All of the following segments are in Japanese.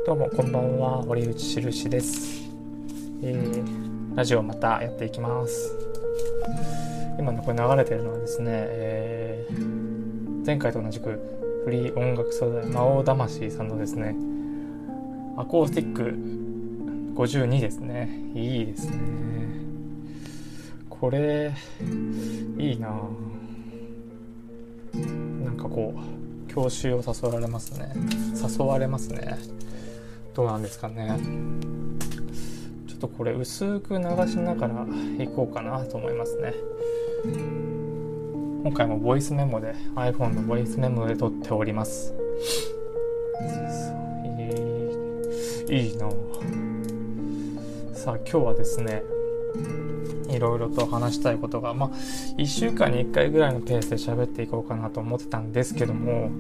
どうもこんばんは、堀内しるしです。ラジオまたやっていきます。今のこれ流れてるのはですね、前回と同じくフリー音楽素材魔王魂さんのですね、アコースティック52ですね。いいですね。これいいな。なんかこう教習を誘われますね。どうなんですかね。ちょっとこれ薄く流しながらいこうかなと思いますね。今回もボイスメモで iPhone のボイスメモで撮っております。いいな。さあ今日はですね、いろいろと話したいことが1週間に1回ぐらいのペースで喋っていこうかなと思ってたんですけども、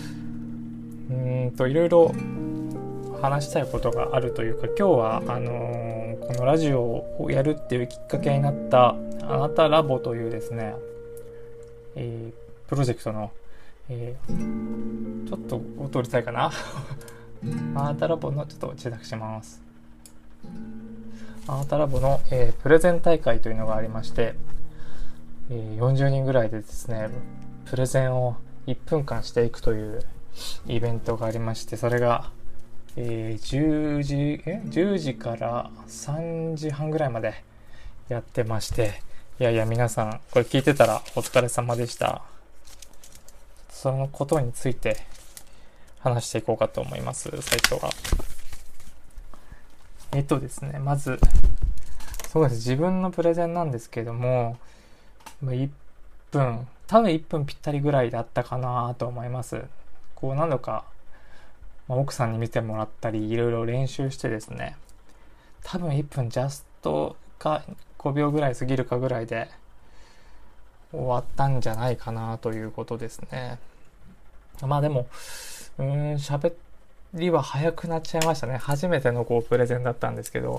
いろいろ話したいことがあるというか、今日はこのラジオをやるっていうきっかけになったあなたラボというですね、プロジェクトの、ちょっと音うるさいかなあなたラボのちょっと小さくします。あなたラボの、プレゼン大会というのがありまして、40人ぐらいでですねプレゼンを1分間していくというイベントがありまして、それが、10時から3時半ぐらいまでやってまして、いや皆さんこれ聞いてたらお疲れ様でした。そのことについて話していこうかと思います。最初はですね、まずそうです、自分のプレゼンなんですけども、1分多分1分ぴったりぐらいだったかなと思います。こう何度か、奥さんに見てもらったりいろいろ練習してですね、多分1分ジャストか5秒ぐらい過ぎるかぐらいで終わったんじゃないかなということですね。でも喋りは早くなっちゃいましたね。初めてのプレゼンだったんですけど、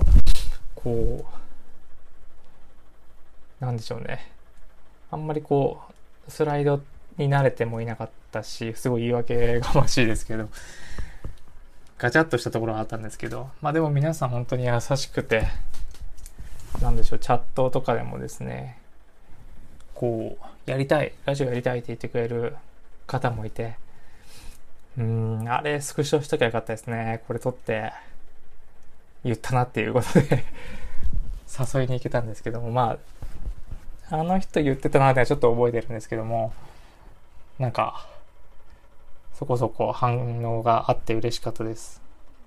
なんでしょうね、あんまりスライドに慣れてもいなかったし、すごい言い訳がましいですけど、ガチャッとしたところがあったんですけど、でも皆さん本当に優しくて、なんでしょう、チャットとかでもですね、ラジオやりたいって言ってくれる方もいて、あれスクショしときゃよかったですね。これ撮って言ったなっていうことで誘いに行けたんですけども、あの人言ってたなってちょっと覚えてるんですけども、なんかそこそこ反応があって嬉しかったです。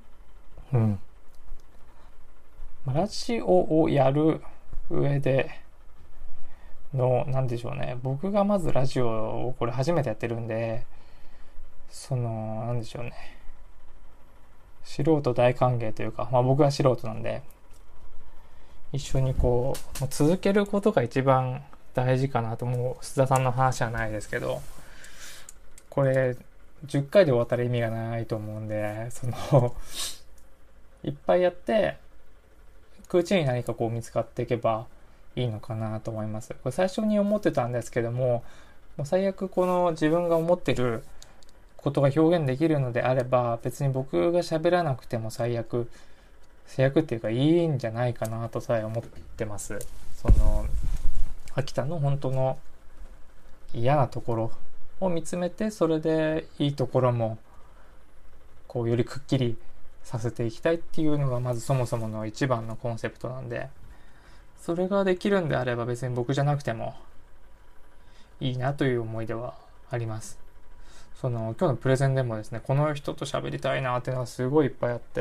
ラジオをやる上での、なんでしょうね、僕がまずラジオをこれ初めてやってるんで、なんでしょうね、素人大歓迎というか、僕は素人なんで、一緒に続けることが一番大事かなと。もう須田さんの話はないですけど、これ10回で終わったら意味がないと思うんで、いっぱいやってうちに何か見つかっていけばいいのかなと思います。これ最初に思ってたんですけども、最悪この自分が思ってることが表現できるのであれば、別に僕が喋らなくても最悪っていうかいいんじゃないかなとさえ思ってます。秋田の本当の嫌なところを見つめて、それでいいところもよりくっきりさせていきたいっていうのがまずそもそもの一番のコンセプトなんで、それができるんであれば別に僕じゃなくてもいいなという思いではあります。今日のプレゼンでもですね、この人と喋りたいなっていうのがすごいいっぱいあって、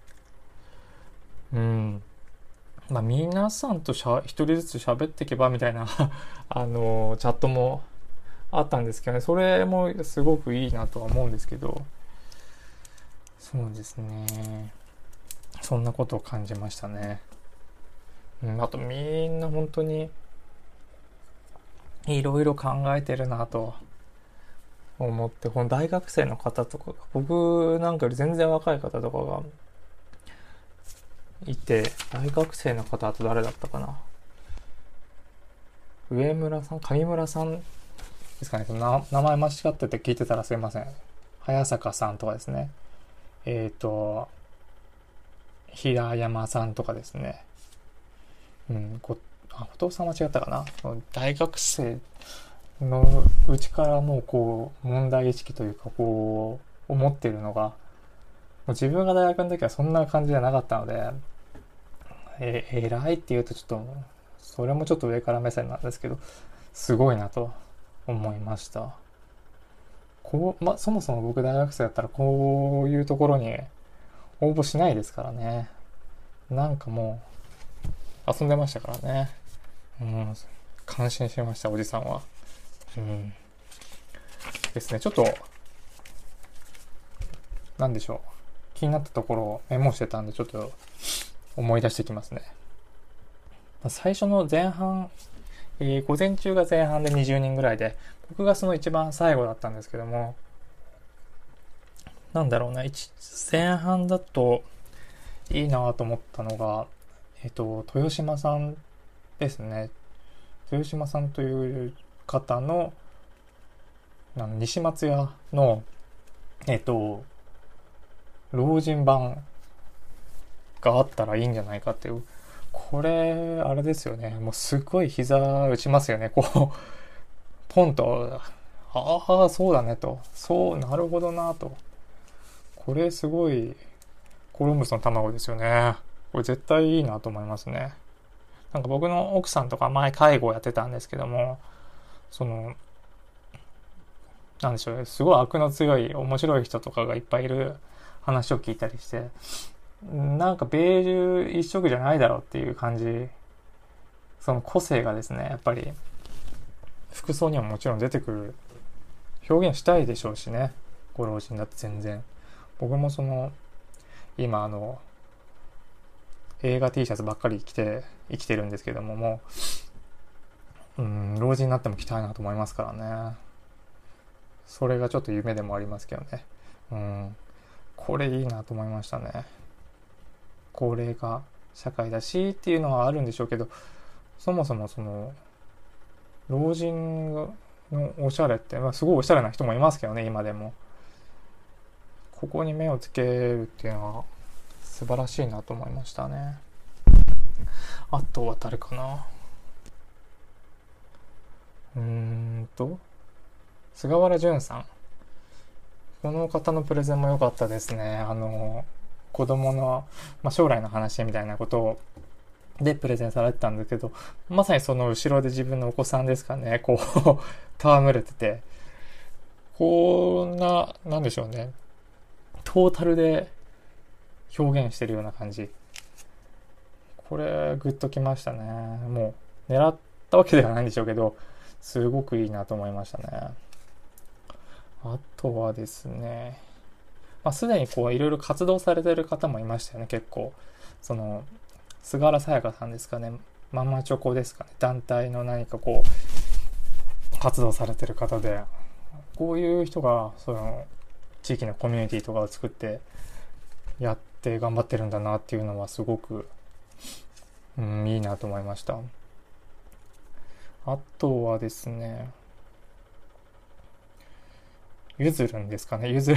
皆さんと一人ずつ喋っていけばみたいなチャットもあったんですけどね、それもすごくいいなとは思うんですけど、そうですね、そんなことを感じましたね。あとみんな本当にいろいろ考えてるなと思って、この大学生の方とか、僕なんかより全然若い方とかがいて、大学生の方、あと誰だったかな、上村さん、上村さんですかね、名前間違ってて聞いてたらすいません。早坂さんとかですね、 平山さんとかですね。後藤さんは違ったかな。大学生のうちからもうこう問題意識というかこう思ってるのが、もう自分が大学の時はそんな感じじゃなかったので、偉いって言うとちょっとそれもちょっと上から目線なんですけど、すごいなと思いました。そもそも僕大学生だったらこういうところに応募しないですからね。なんかもう遊んでましたからね。感心しました、おじさんは。ですね。ちょっとなんでしょう、気になったところをメモしてたんでちょっと思い出してきますね。最初の前半、午前中が前半で20人ぐらいで、僕がその一番最後だったんですけども、なんだろうな、前半だといいなと思ったのが、豊島さんですね。豊島さんという方の西松屋の老人版があったらいいんじゃないかっていう。これあれですよね、もうすごい膝打ちますよね。こうポンと、ああそうだねと、そうなるほどなと、これすごいコロンブスの卵ですよね。これ絶対いいなと思いますね。なんか僕の奥さんとか前介護をやってたんですけども、なんでしょうね、すごい悪の強い面白い人とかがいっぱいいる話を聞いたりして、なんかベージュ一色じゃないだろうっていう感じ、その個性がですね、やっぱり服装にはもちろん出てくる、表現したいでしょうしね、ご老人だって全然。僕も今映画 T シャツばっかり着て生きてるんですけども、老人になっても着たいなと思いますからね。それがちょっと夢でもありますけどね。これいいなと思いましたね。高齢化社会だしっていうのはあるんでしょうけど、そもそも老人のおしゃれって、すごいおしゃれな人もいますけどね、今でも。ここに目をつけるっていうのは素晴らしいなと思いましたね。あとは誰かな。菅原淳さん。この方のプレゼンも良かったですね。子供の、将来の話みたいなことでプレゼンされてたんですけど、まさにその後ろで自分のお子さんですかね、こう戯れてて、こんな、なんでしょうね、トータルで表現してるような感じ。これグッときましたね。もう狙ったわけではないんでしょうけど、すごくいいなと思いましたね。あとはですね、すでにこういろいろ活動されてる方もいましたよね。結構菅原さやかさんですかね、ママチョコですかね、団体の何かこう活動されてる方で、こういう人が地域のコミュニティとかを作ってやって頑張ってるんだなっていうのはすごく、いいなと思いました。あとはですね、ゆずるんですかね、井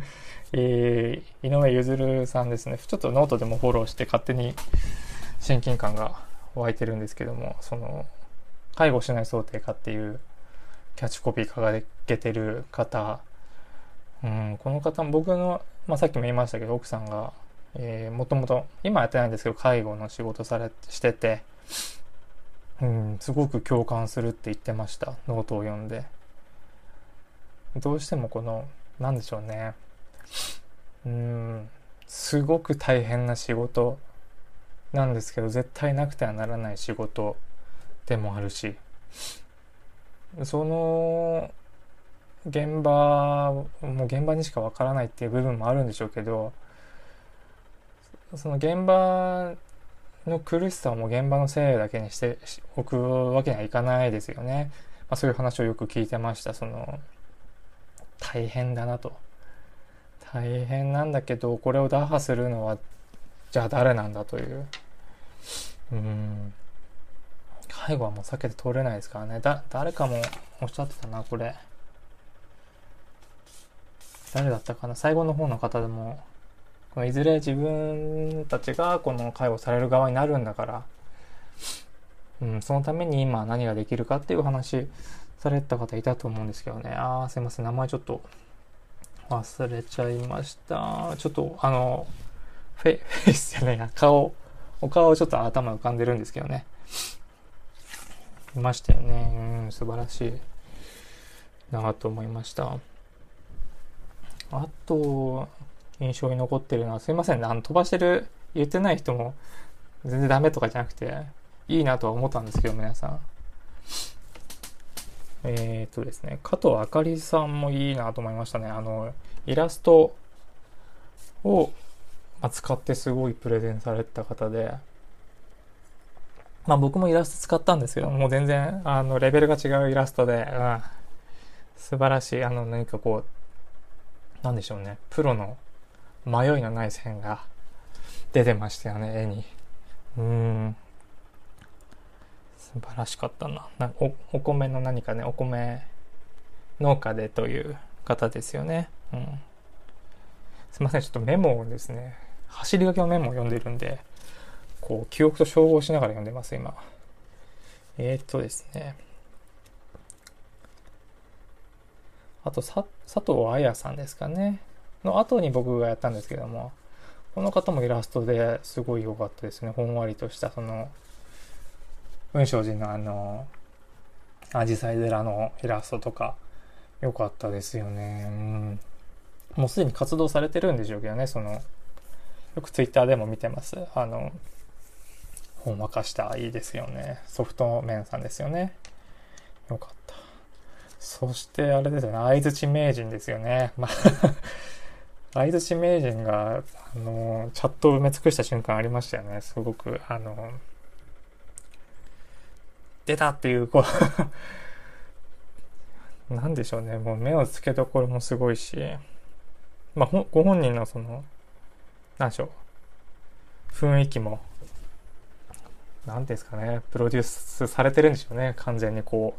上ゆずるさんですね。ちょっとノートでもフォローして勝手に親近感が湧いてるんですけども、介護しない想定かっていうキャッチコピー掲げてる方、この方も僕の、さっきも言いましたけど、奥さんがもともと今やってないんですけど介護の仕事してて、すごく共感するって言ってました。ノートを読んで。どうしてもなんでしょうね、すごく大変な仕事なんですけど、絶対なくてはならない仕事でもあるし、その現場にしかわからないっていう部分もあるんでしょうけど、その現場の苦しさをもう現場のせいだけにしておくわけにはいかないですよね。そういう話をよく聞いてました。大変だなと、大変なんだけどこれを打破するのはじゃあ誰なんだという、介護はもう避けて通れないですからね。誰かもおっしゃってたな、これ誰だったかな、最後の方の方でもこのいずれ自分たちがこの介護される側になるんだから、そのために今何ができるかっていう話された方いたと思うんですけどね。すいません、名前ちょっと忘れちゃいました。ちょっとフェイスじゃないや、お顔ちょっと頭浮かんでるんですけどね。いましたよね。素晴らしいなと思いました。あと、印象に残ってるのは、すいません、飛ばしてる、言ってない人も全然ダメとかじゃなくて、いいなとは思ったんですけど、皆さん。ですね、加藤あかりさんもいいなと思いましたね。イラストを使ってすごいプレゼンされた方で、僕もイラスト使ったんですけど、もう全然、レベルが違うイラストで、素晴らしい、何かこう、なんでしょうね、プロの迷いのない線が出てましたよね、絵に。素晴らしかったな。お米の何かね、お米農家でという方ですよね。すいません、ちょっとメモをですね、走り書きのメモを読んでいるんで、こう記憶と照合しながら読んでます、今。ですね。あと、佐藤彩さんですかね。の後に僕がやったんですけども、この方もイラストですごい良かったですね。ほんわりとした、雲昌寺の紫陽花寺のイラストとか、良かったですよね。もうすでに活動されてるんでしょうけどね、よくツイッターでも見てます。ほんわかしたいいですよね。ソフトメンさんですよね。よかった。そしてあれですよね、相槌名人ですよね。相槌名人が、チャットを埋め尽くした瞬間ありましたよね。すごく、出たっていう、なんでしょうね、もう目の付けどころもすごいし、ご本人のなんでしょう、雰囲気も、なんですかね、プロデュースされてるんでしょうね、完全にこ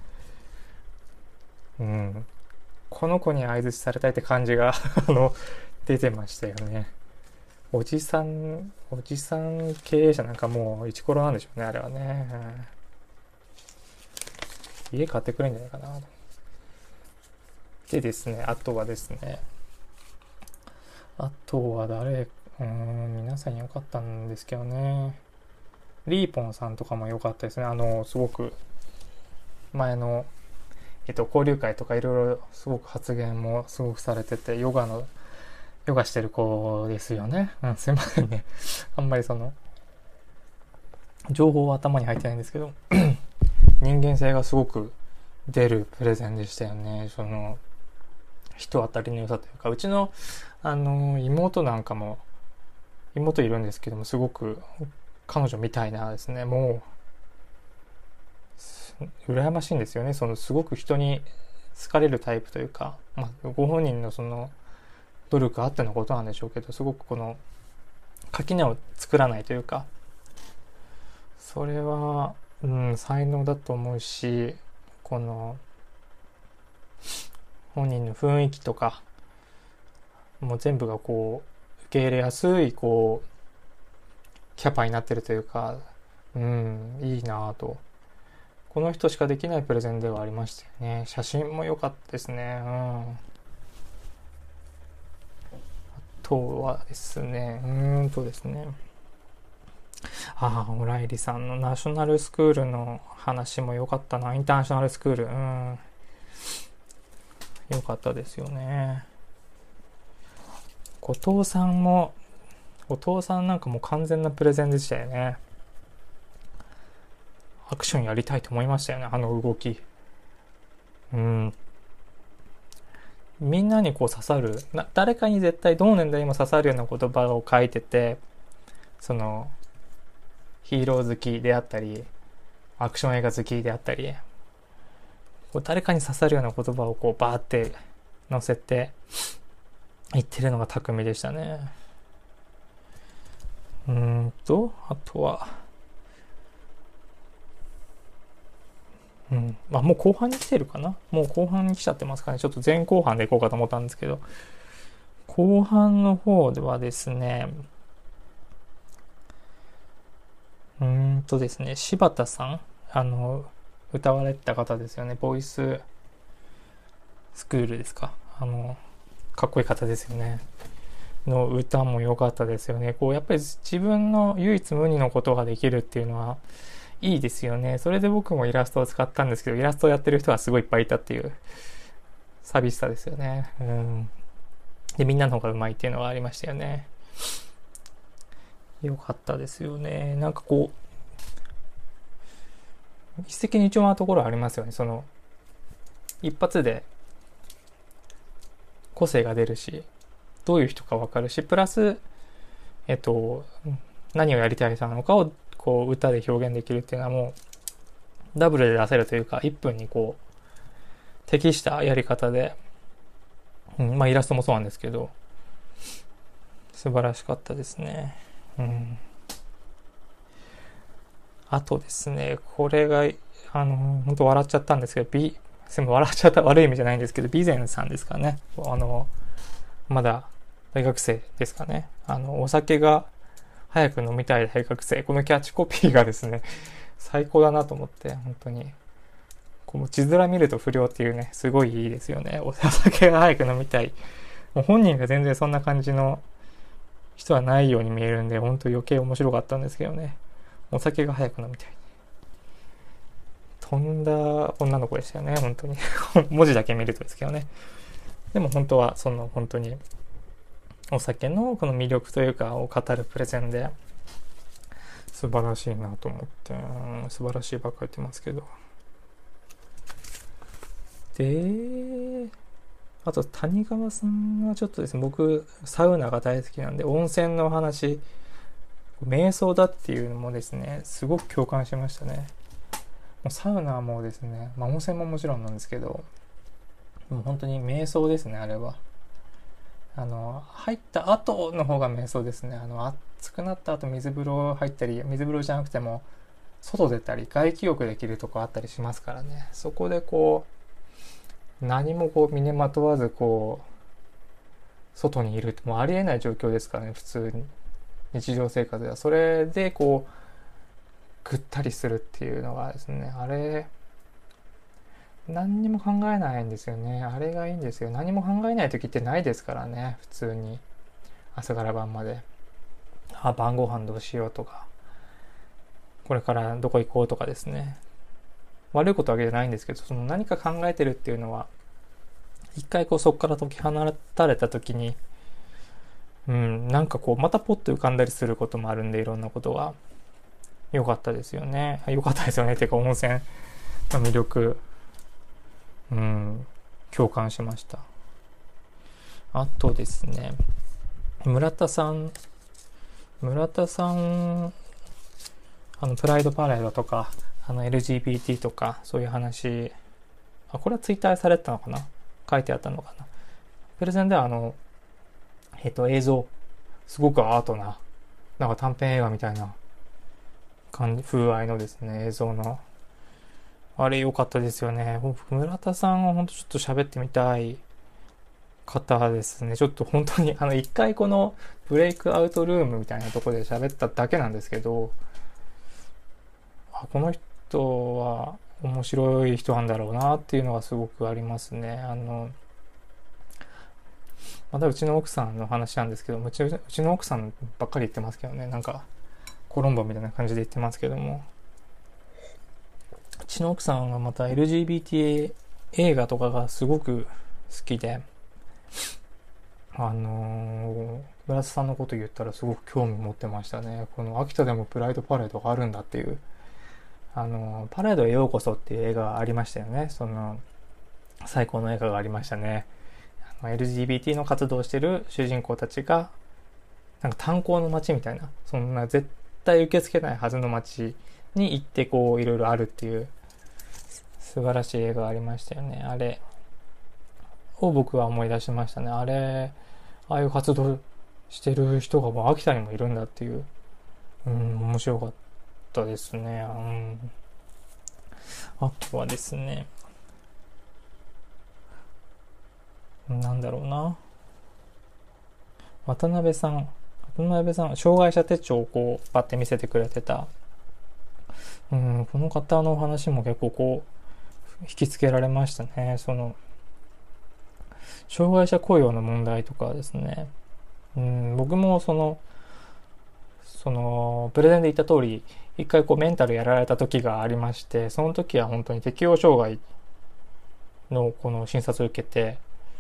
の子に相槌されたいって感じが出てましたよね。おじさん経営者なんかもうイチコロなんでしょうね、あれはね。家買ってくれんじゃないかな。でですね、あとは皆さん良かったんですけどね。リーポンさんとかも良かったですね。すごく前の交流会とかいろいろすごく発言もすごくされてて、ヨガしてる子ですよね。すいませんね。あんまり情報は頭に入ってないんですけど、人間性がすごく出るプレゼンでしたよね。人当たりの良さというか、うちの、妹なんかも、妹いるんですけども、すごく彼女みたいなですね、もう、羨ましいんですよね。すごく人に好かれるタイプというか、ご本人の努力あってのことなんでしょうけど、すごく垣根を作らないというか、それは、才能だと思うし、本人の雰囲気とか、もう全部が受け入れやすい、キャパになってるというか、いいなぁと。この人しかできないプレゼンではありましたよね。写真も良かったですね。あとはですね、オライリさんのナショナルスクールの話も良かったな。インターナショナルスクール。良かったですよね。後藤さんなんかもう完全なプレゼンでしたよね。アクションやりたいと思いましたよね、あの動き。みんなに刺さる、誰かに絶対同年代にも刺さるような言葉を書いてて、ヒーロー好きであったり、アクション映画好きであったり、誰かに刺さるような言葉をバーって載せて言ってるのが巧みでしたね。あとは、もう後半に来てるかな。もう後半に来ちゃってますかね。ちょっと前後半でいこうかと思ったんですけど、 後半の方ではですね、ですね、柴田さん、歌われた方ですよね。ボイススクールですか。かっこいい方ですよね。の歌も良かったですよね。こう、やっぱり自分の唯一無二のことができるっていうのはいいですよね。それで僕もイラストを使ったんですけど、イラストをやってる人がすごいいっぱいいたっていう寂しさですよね。で、みんなの方が上手いっていうのがありましたよね。良かったですよね。なんかこう、一石二鳥なところありますよね。一発で個性が出るし、どういう人かわかるし、プラス、何をやりたいのかをこう歌で表現できるっていうのはもうダブルで出せるというか、1分にこう適したやり方で、イラストもそうなんですけど、素晴らしかったですね。あとですね、これが本当笑っちゃったんですけど、笑っちゃった悪い意味じゃないんですけど、備前さんですかね。まだ大学生ですかね。お酒が早く飲みたい大学生。このキャッチコピーがですね、最高だなと思って、本当に。こう字面見ると不良っていうね、すごいいいですよね。お酒が早く飲みたい。もう本人が全然そんな感じの人はないように見えるんで、本当余計面白かったんですけどね。お酒が早く飲みたい。とんだ女の子でしたよね、本当に。文字だけ見るとですけどね。でも本当は、本当に、お酒のこの魅力というかを語るプレゼンで、素晴らしいなと思って、素晴らしいばっかり言ってますけど。で、あと谷川さんはちょっとですね、僕、サウナが大好きなんで、温泉の話、瞑想だっていうのもですね、すごく共感しましたね。もうサウナはもうですね、温泉ももちろんなんですけど、もう本当に瞑想ですね、あれは。入った後の方が瞑想ですね。暑くなった後水風呂入ったり、水風呂じゃなくても、外出たり、外気浴できるとこあったりしますからね。そこでこう、何もこう身にまとわずこう、外にいるってもうありえない状況ですからね、普通に。日常生活では。それでこう、ぐったりするっていうのがですね、あれ、何にも考えないんですよね。あれがいいんですよ。何も考えない時ってないですからね。普通に。朝から晩まで。晩ご飯どうしようとか。これからどこ行こうとかですね。悪いことわけじゃないんですけど、何か考えてるっていうのは、一回こうそこから解き放たれた時に、なんかこうまたポッと浮かんだりすることもあるんで、いろんなことが。良かったですよね。良かったですよね。てか温泉の魅力。共感しました。あとですね、村田さん、プライドパレードとか、LGBT とか、そういう話、これはツイッターでされてたのかな、書いてあったのかな。プレゼンでは映像、すごくアートな、なんか短編映画みたいな風合いのですね、映像の、あれ良かったですよね。僕、村田さんは本当ちょっと喋ってみたい方ですね。ちょっと本当に、一回このブレイクアウトルームみたいなところで喋っただけなんですけど、この人は面白い人なんだろうなっていうのがすごくありますね。またうちの奥さんの話なんですけど、うちの奥さんばっかり言ってますけどね。なんか、コロンボみたいな感じで言ってますけども、うちの奥さんはまた LGBT 映画とかがすごく好きで、村田さんのこと言ったらすごく興味持ってましたね。この秋田でもプライドパレードがあるんだっていう、パレードへようこそっていう映画がありましたよね。最高の映画がありましたね。LGBT の活動をしてる主人公たちが、なんか炭鉱の街みたいな、そんな絶対受け付けないはずの街に行ってこういろいろあるっていう素晴らしい映画がありましたよね。あれを僕は思い出しましたね。ああいう活動してる人がもう秋田にもいるんだっていう、面白かったですね。あとはですね、なんだろうな。 渡辺さん、障害者手帳をこう、パッて見せてくれてた。この方のお話も結構こう、引きつけられましたね。障害者雇用の問題とかですね。僕もプレゼンで言った通り、一回こうメンタルやられた時がありまして、その時は本当に適応障害のこの診察を受けて、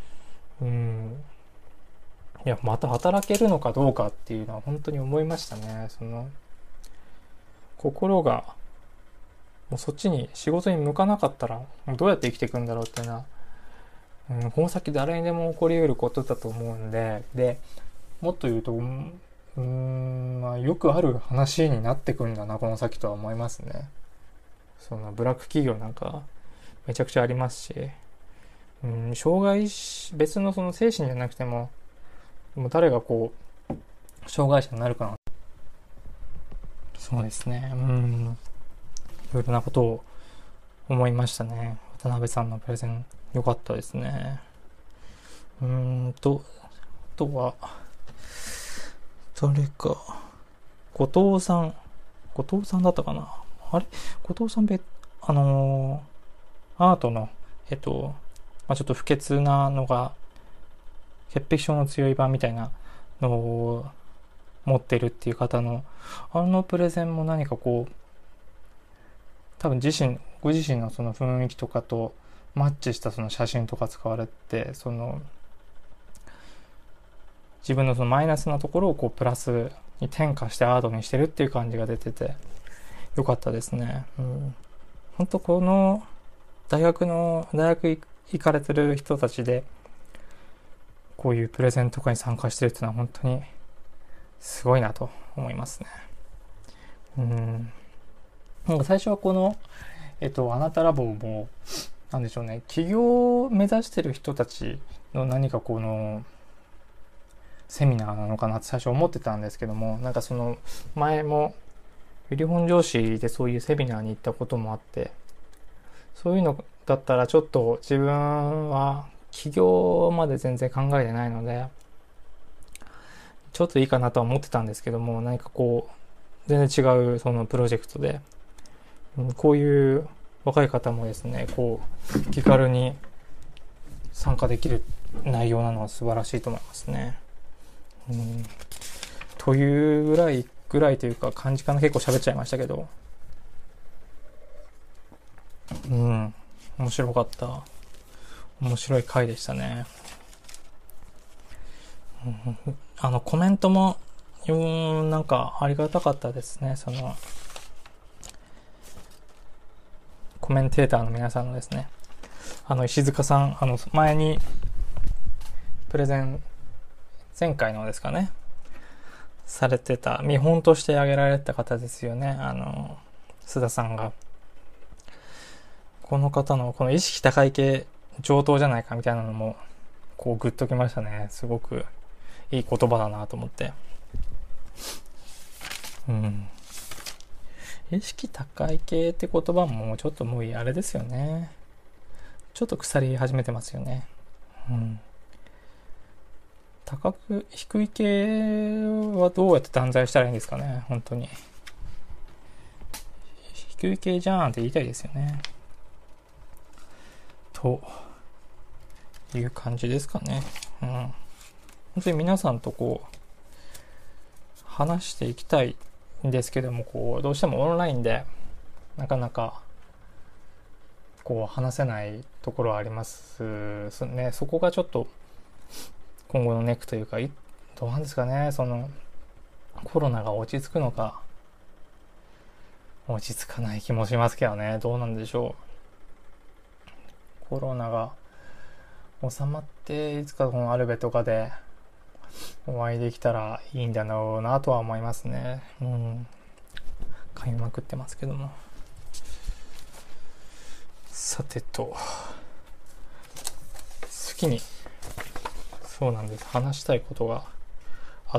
いや、また働けるのかどうかっていうのは本当に思いましたね。心が、もうそっちに仕事に向かなかったら、どうやって生きていくんだろうっていうのは、この先誰にでも起こり得ることだと思うんで、もっと言うと、よくある話になってくんだな、この先とは思いますね。ブラック企業なんか、めちゃくちゃありますし、障害、別の精神じゃなくても、誰がこう、障害者になるかな。そうですね。いろいろなことを思いましたね。渡辺さんのプレゼン、良かったですね。あとは、誰か、後藤さんだったかな。あれ後藤さんアートの、ちょっと不潔なのが、潔癖症の強い版みたいなのを持ってるっていう方の、プレゼンも何かこう、多分ご自身のその雰囲気とかとマッチしたその写真とか使われて、自分のそのマイナスなところをこうプラスに転化してアートにしてるっていう感じが出てて、よかったですね。本当この大学行かれてる人たちで、こういうプレゼンとかに参加してるっていうのは本当にすごいなと思いますね。なんか最初はこの、あなたラボも、なんでしょうね、起業を目指してる人たちの何かこの、セミナーなのかなって最初思ってたんですけども、なんか前も、ウィリ本上司でそういうセミナーに行ったこともあって、そういうのだったらちょっと自分は起業まで全然考えてないので、ちょっといいかなとは思ってたんですけども、何かこう、全然違うそのプロジェクトで、こういう若い方もですね、こう、気軽に参加できる内容なのは素晴らしいと思いますね。というぐらいというか感じかな。結構喋っちゃいましたけど。面白かった。面白い回でしたね。コメントも、なんかありがたかったですね。コメンテーターの皆さんのですね。石塚さん、前に、プレゼン、前回のですかね、されてた、見本として挙げられた方ですよね。須田さんが。この方の、この意識高い系上等じゃないかみたいなのも、こうグッときましたね。すごくいい言葉だなと思って。意識高い系って言葉もちょっともうあれですよね。ちょっと腐り始めてますよね。低い系はどうやって断罪したらいいんですかね。本当に。低い系じゃーんって言いたいですよね。という感じですかね。本当に皆さんとこう、話していきたいんですけども、こう、どうしてもオンラインで、なかなか、こう、話せないところはありますね。そこがちょっと、今後のネックというか、どうなんですかね。コロナが落ち着くのか、落ち着かない気もしますけどね。どうなんでしょう。コロナが収まって、いつかこのアルベとかでお会いできたらいいんだろうなとは思いますね。噛みまくってますけども。さてと、次に、そうなんです。話したいことがあって、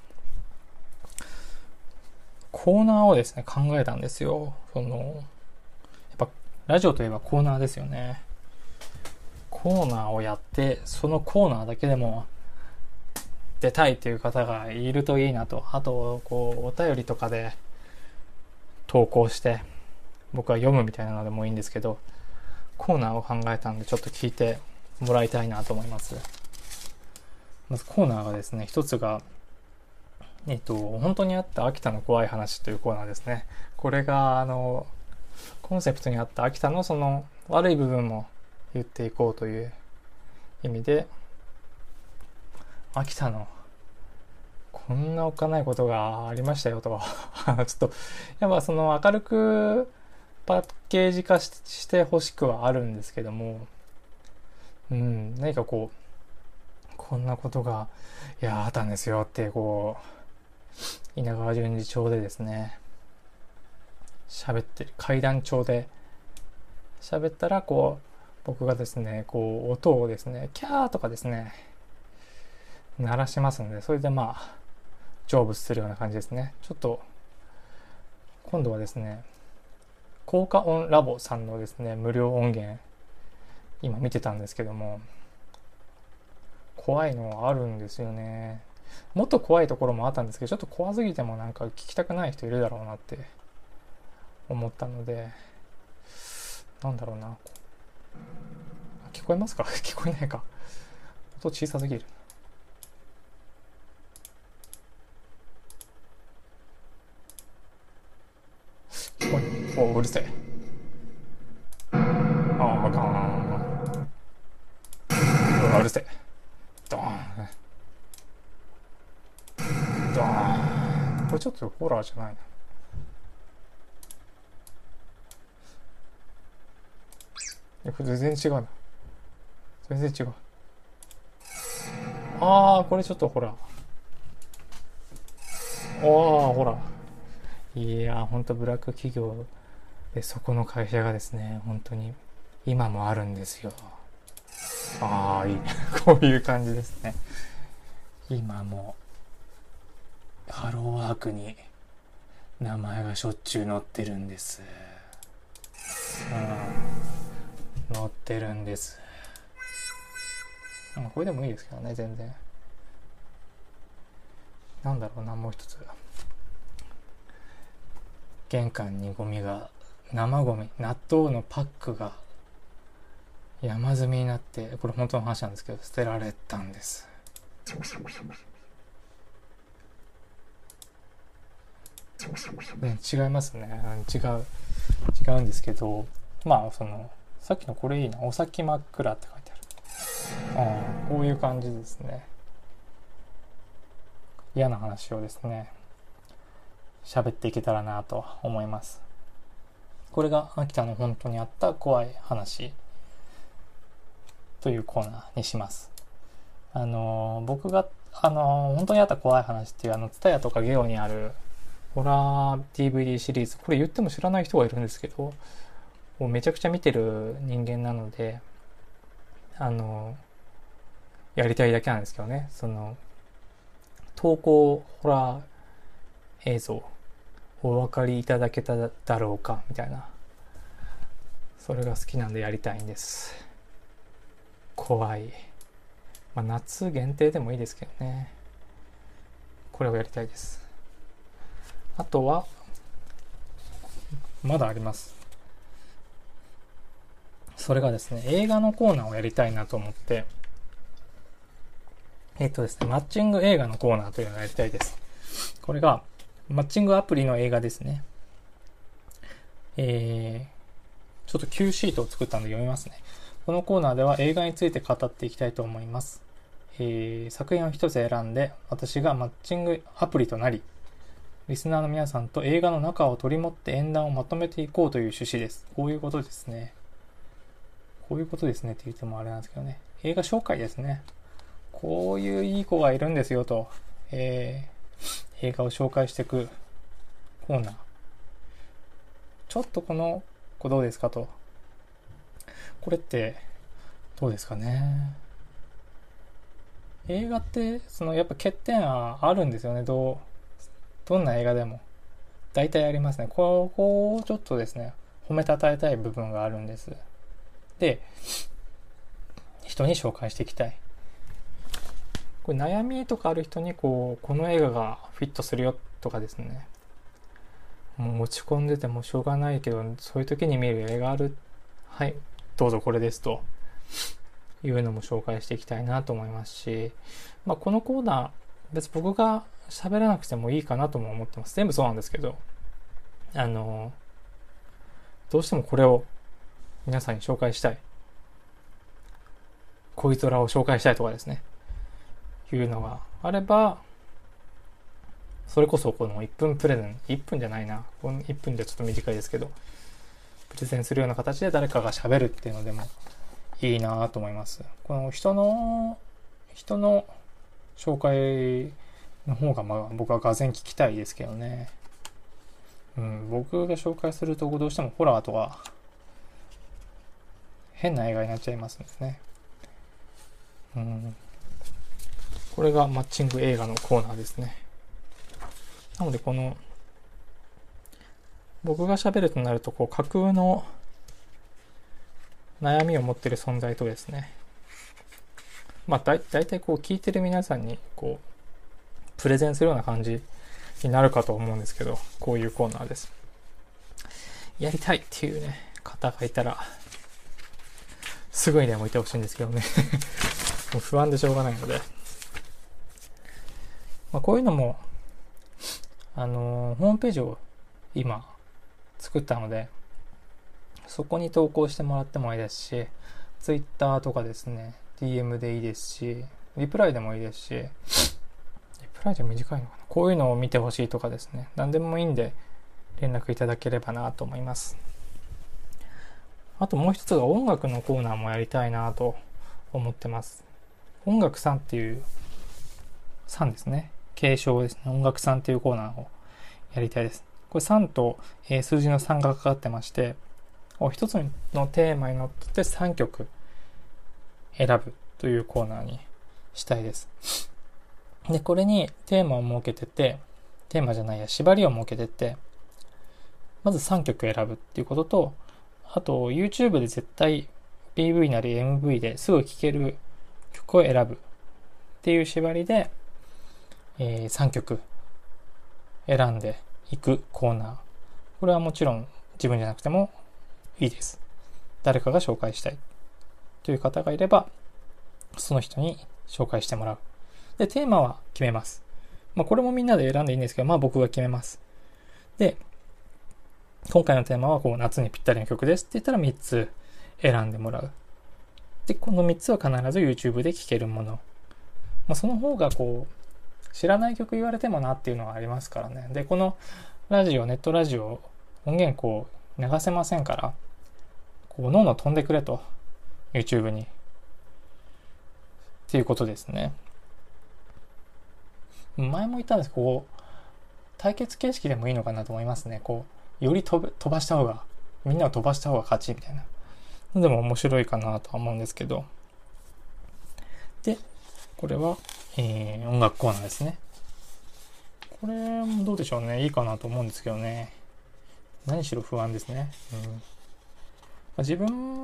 コーナーをですね、考えたんですよ。やっぱ、ラジオといえばコーナーですよね。コーナーをやって、そのコーナーだけでも、 出たいという方がいるといいなと。あと、お便りとかで投稿して僕は読むみたいなのでもいいんですけど、コーナーを考えたんでちょっと聞いてもらいたいなと思います。まずコーナーがですね、一つが本当にあった秋田の怖い話というコーナーですね。これがコンセプトにあった秋田のその悪い部分も言っていこうという意味で、秋田のこんなおっかないことがありましたよとちょっとやっぱその明るくパッケージ化してほしくはあるんですけども、何かこんなことがあったんですよって稲川淳二町でですね喋ってる、階段調で喋ったら僕がですね音をですねキャーとかですね鳴らしますので、それで成仏するような感じですね。ちょっと今度はですね効果音ラボさんのですね無料音源今見てたんですけども、怖いのあるんですよね。もっと怖いところもあったんですけど、ちょっと怖すぎてもなんか聞きたくない人いるだろうなって思ったので、なんだろうな、聞こえますか聞こえないか、音小さすぎる。うるせえ。ガーン。うるせえ。ドーン。ドーン。これちょっとホラーじゃないな。これ全然違うな。全然違う。これちょっとホラー。ホラー。いやー、ほんとブラック企業で、そこの会社がですね、本当に今もあるんですよ。いい。こういう感じですね。今もハローワークに名前がしょっちゅう載ってるんです。載ってるんです。これでもいいですけどね、全然。なんだろうな、もう一つ。玄関にゴミが、生ゴミ、納豆のパックが山積みになって、これ本当の話なんですけど、捨てられたんです。違いますね。違うんですけど、さっきのこれいいな、お先真っ暗って書いてある。こういう感じですね。嫌な話をですね、喋っていけたらなと思います。これが秋田の本当にあった怖い話というコーナーにします。僕が本当にあった怖い話っていうTSUTAYAとかゲオにあるホラー DVD シリーズ、これ言っても知らない人がいるんですけど、もうめちゃくちゃ見てる人間なのでやりたいだけなんですけどね、その投稿ホラー映像お分かりいただけただろうかみたいな、それが好きなんでやりたいんです。怖い、夏限定でもいいですけどね、これをやりたいです。あとはまだあります。それがですね、映画のコーナーをやりたいなと思って、ですね、マッチング映画のコーナーというのをやりたいです。これがマッチングアプリの映画ですね。ちょっと Q シートを作ったので読みますね。このコーナーでは映画について語っていきたいと思います。作品を一つ選んで、私がマッチングアプリとなり、リスナーの皆さんと映画の中を取り持って縁談をまとめていこうという趣旨です。こういうことですね。こういうことですねって言ってもあれなんですけどね。映画紹介ですね。こういういい子がいるんですよと、映画を紹介していくコーナー。ちょっとこの子どうですかと。これってどうですかね。映画ってやっぱ欠点はあるんですよね。どんな映画でも大体ありますね。ここをちょっとですね褒めたたえたい部分があるんです。で、人に紹介していきたい。 これ悩みとかある人にこの映画がフィットするよとかですね、もう落ち込んでてもしょうがないけどそういう時に見る映画ある、はいどうぞこれですというのも紹介していきたいなと思いますし、このコーナー別に僕が喋らなくてもいいかなとも思ってます。全部そうなんですけど、どうしてもこれを皆さんに紹介したい、こいつらを紹介したいとかですねいうのがあれば、それこそこの1分プレゼン、1分じゃないな、この1分じゃちょっと短いですけど、プレゼンするような形で誰かが喋るっていうのでもいいなと思います。この人の紹介の方が僕はがぜん聞きたいですけどね。僕が紹介するとどうしてもホラーとか変な映画になっちゃいますんでね。これがマッチング映画のコーナーですね。なのでこの僕が喋るとなると架空の悩みを持っている存在とですね、だいたい聞いてる皆さんにプレゼンするような感じになるかと思うんですけど、こういうコーナーです。やりたいっていうね方がいたらすぐにでもいてほしいんですけどねもう不安でしょうがないので、こういうのもホームページを今作ったので、そこに投稿してもらってもいいですし、Twitter とかですね DM でいいですし、リプライでもいいですし、リプライじゃ短いのかな、こういうのを見てほしいとかですね、何でもいいんで連絡いただければなと思います。あともう一つが音楽のコーナーもやりたいなと思ってます。音楽さんっていう3ですね、継承ですね、音楽さんっていうコーナーをやりたいです。これ3と、数字の3がかかってまして、一つのテーマにのっとって3曲選ぶというコーナーにしたいです。で、これにテーマを設けてて、縛りを設けてて、まず3曲選ぶっていうことと、あと YouTube で絶対 PV なり MV ですぐ聴ける曲を選ぶっていう縛りで、3曲選んでいくコーナー。これはもちろん自分じゃなくてもいいです。誰かが紹介したいという方がいれば、その人に紹介してもらう。で、テーマは決めます。これもみんなで選んでいいんですけど、僕が決めます。で、今回のテーマは夏にぴったりの曲ですって言ったら3つ選んでもらう。で、この3つは必ず YouTube で聴けるもの。その方が知らない曲言われてもなっていうのはありますからね。で、このラジオ、ネットラジオ、音源流せませんから、どんどん飛んでくれと、YouTube に。っていうことですね。前も言ったんですけど、対決形式でもいいのかなと思いますね。より飛ばした方が、みんなを飛ばした方が勝ちみたいな。でも面白いかなとは思うんですけど。で、これは、音楽コーナーですね。これもどうでしょうね。いいかなと思うんですけどね。何しろ不安ですね。自分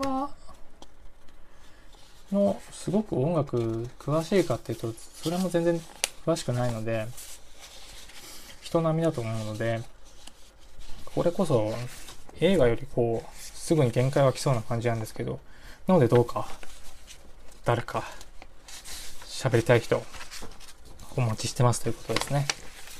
すごく音楽詳しいかっていうと、それも全然詳しくないので、人並みだと思うので、これこそ映画よりすぐに限界は来そうな感じなんですけど、なのでどうか誰か喋りたい人お待ちしてますということですね。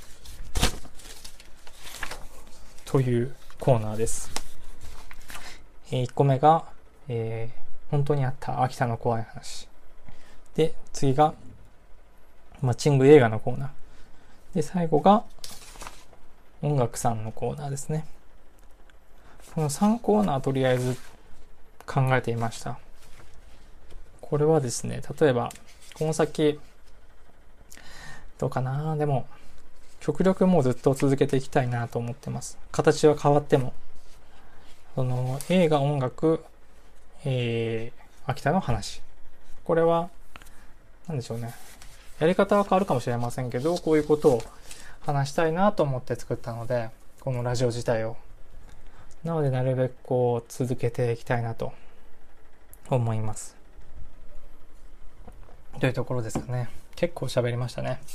というコーナーです。1個目が、本当にあった秋田の怖い話で、次がマッチング映画のコーナーで、最後が音楽さんのコーナーですね。この3コーナーとりあえず考えていました。これはですね、例えばこの先どうかな、でも極力もうずっと続けていきたいなと思ってます。形は変わっても、映画、音楽、秋田の話、これは何でしょうね、やり方は変わるかもしれませんけど、こういうことを話したいなと思って作ったので、このラジオ自体をなのでなるべく続けていきたいなと思いますというところですかね。 結構喋りましたね。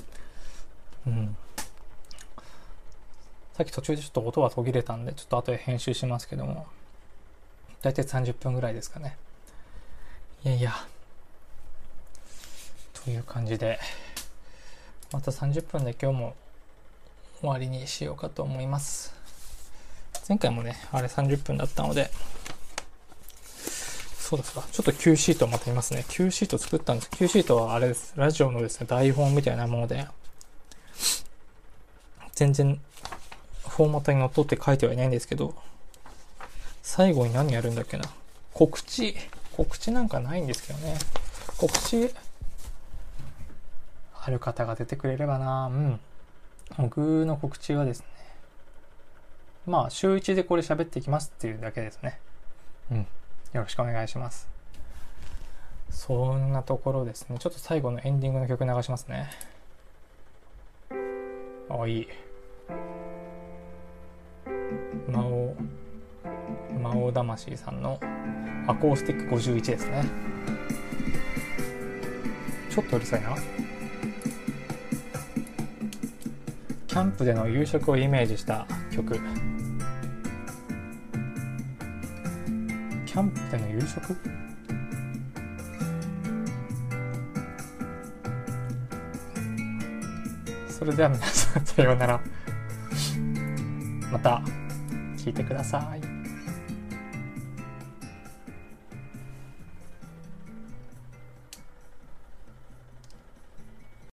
さっき途中でちょっと音は途切れたんで、ちょっと後で編集しますけども、だいたい30分ぐらいですかね。いやという感じで、また30分で今日も終わりにしようかと思います。前回もね、あれ30分だったので、そうですか。ちょっと Q シートをまた見ますね。Q シート作ったんです。Q シートはあれです。ラジオのですね、台本みたいなもので、全然フォーマットにのっとって書いてはいないんですけど、最後に何やるんだっけな。告知なんかないんですけどね。告知ある方が出てくれればな。僕の告知はですね、まあ週1でこれ喋っていきますっていうだけですね。よろしくお願いします。そんなところですね。ちょっと最後のエンディングの曲流しますね。いい。魔王魂さんのアコースティック51ですね。ちょっとうるさいな。キャンプでの夕食をイメージした曲。キャンプでの夕食？それでは皆さん、さようなら。また聞いてください。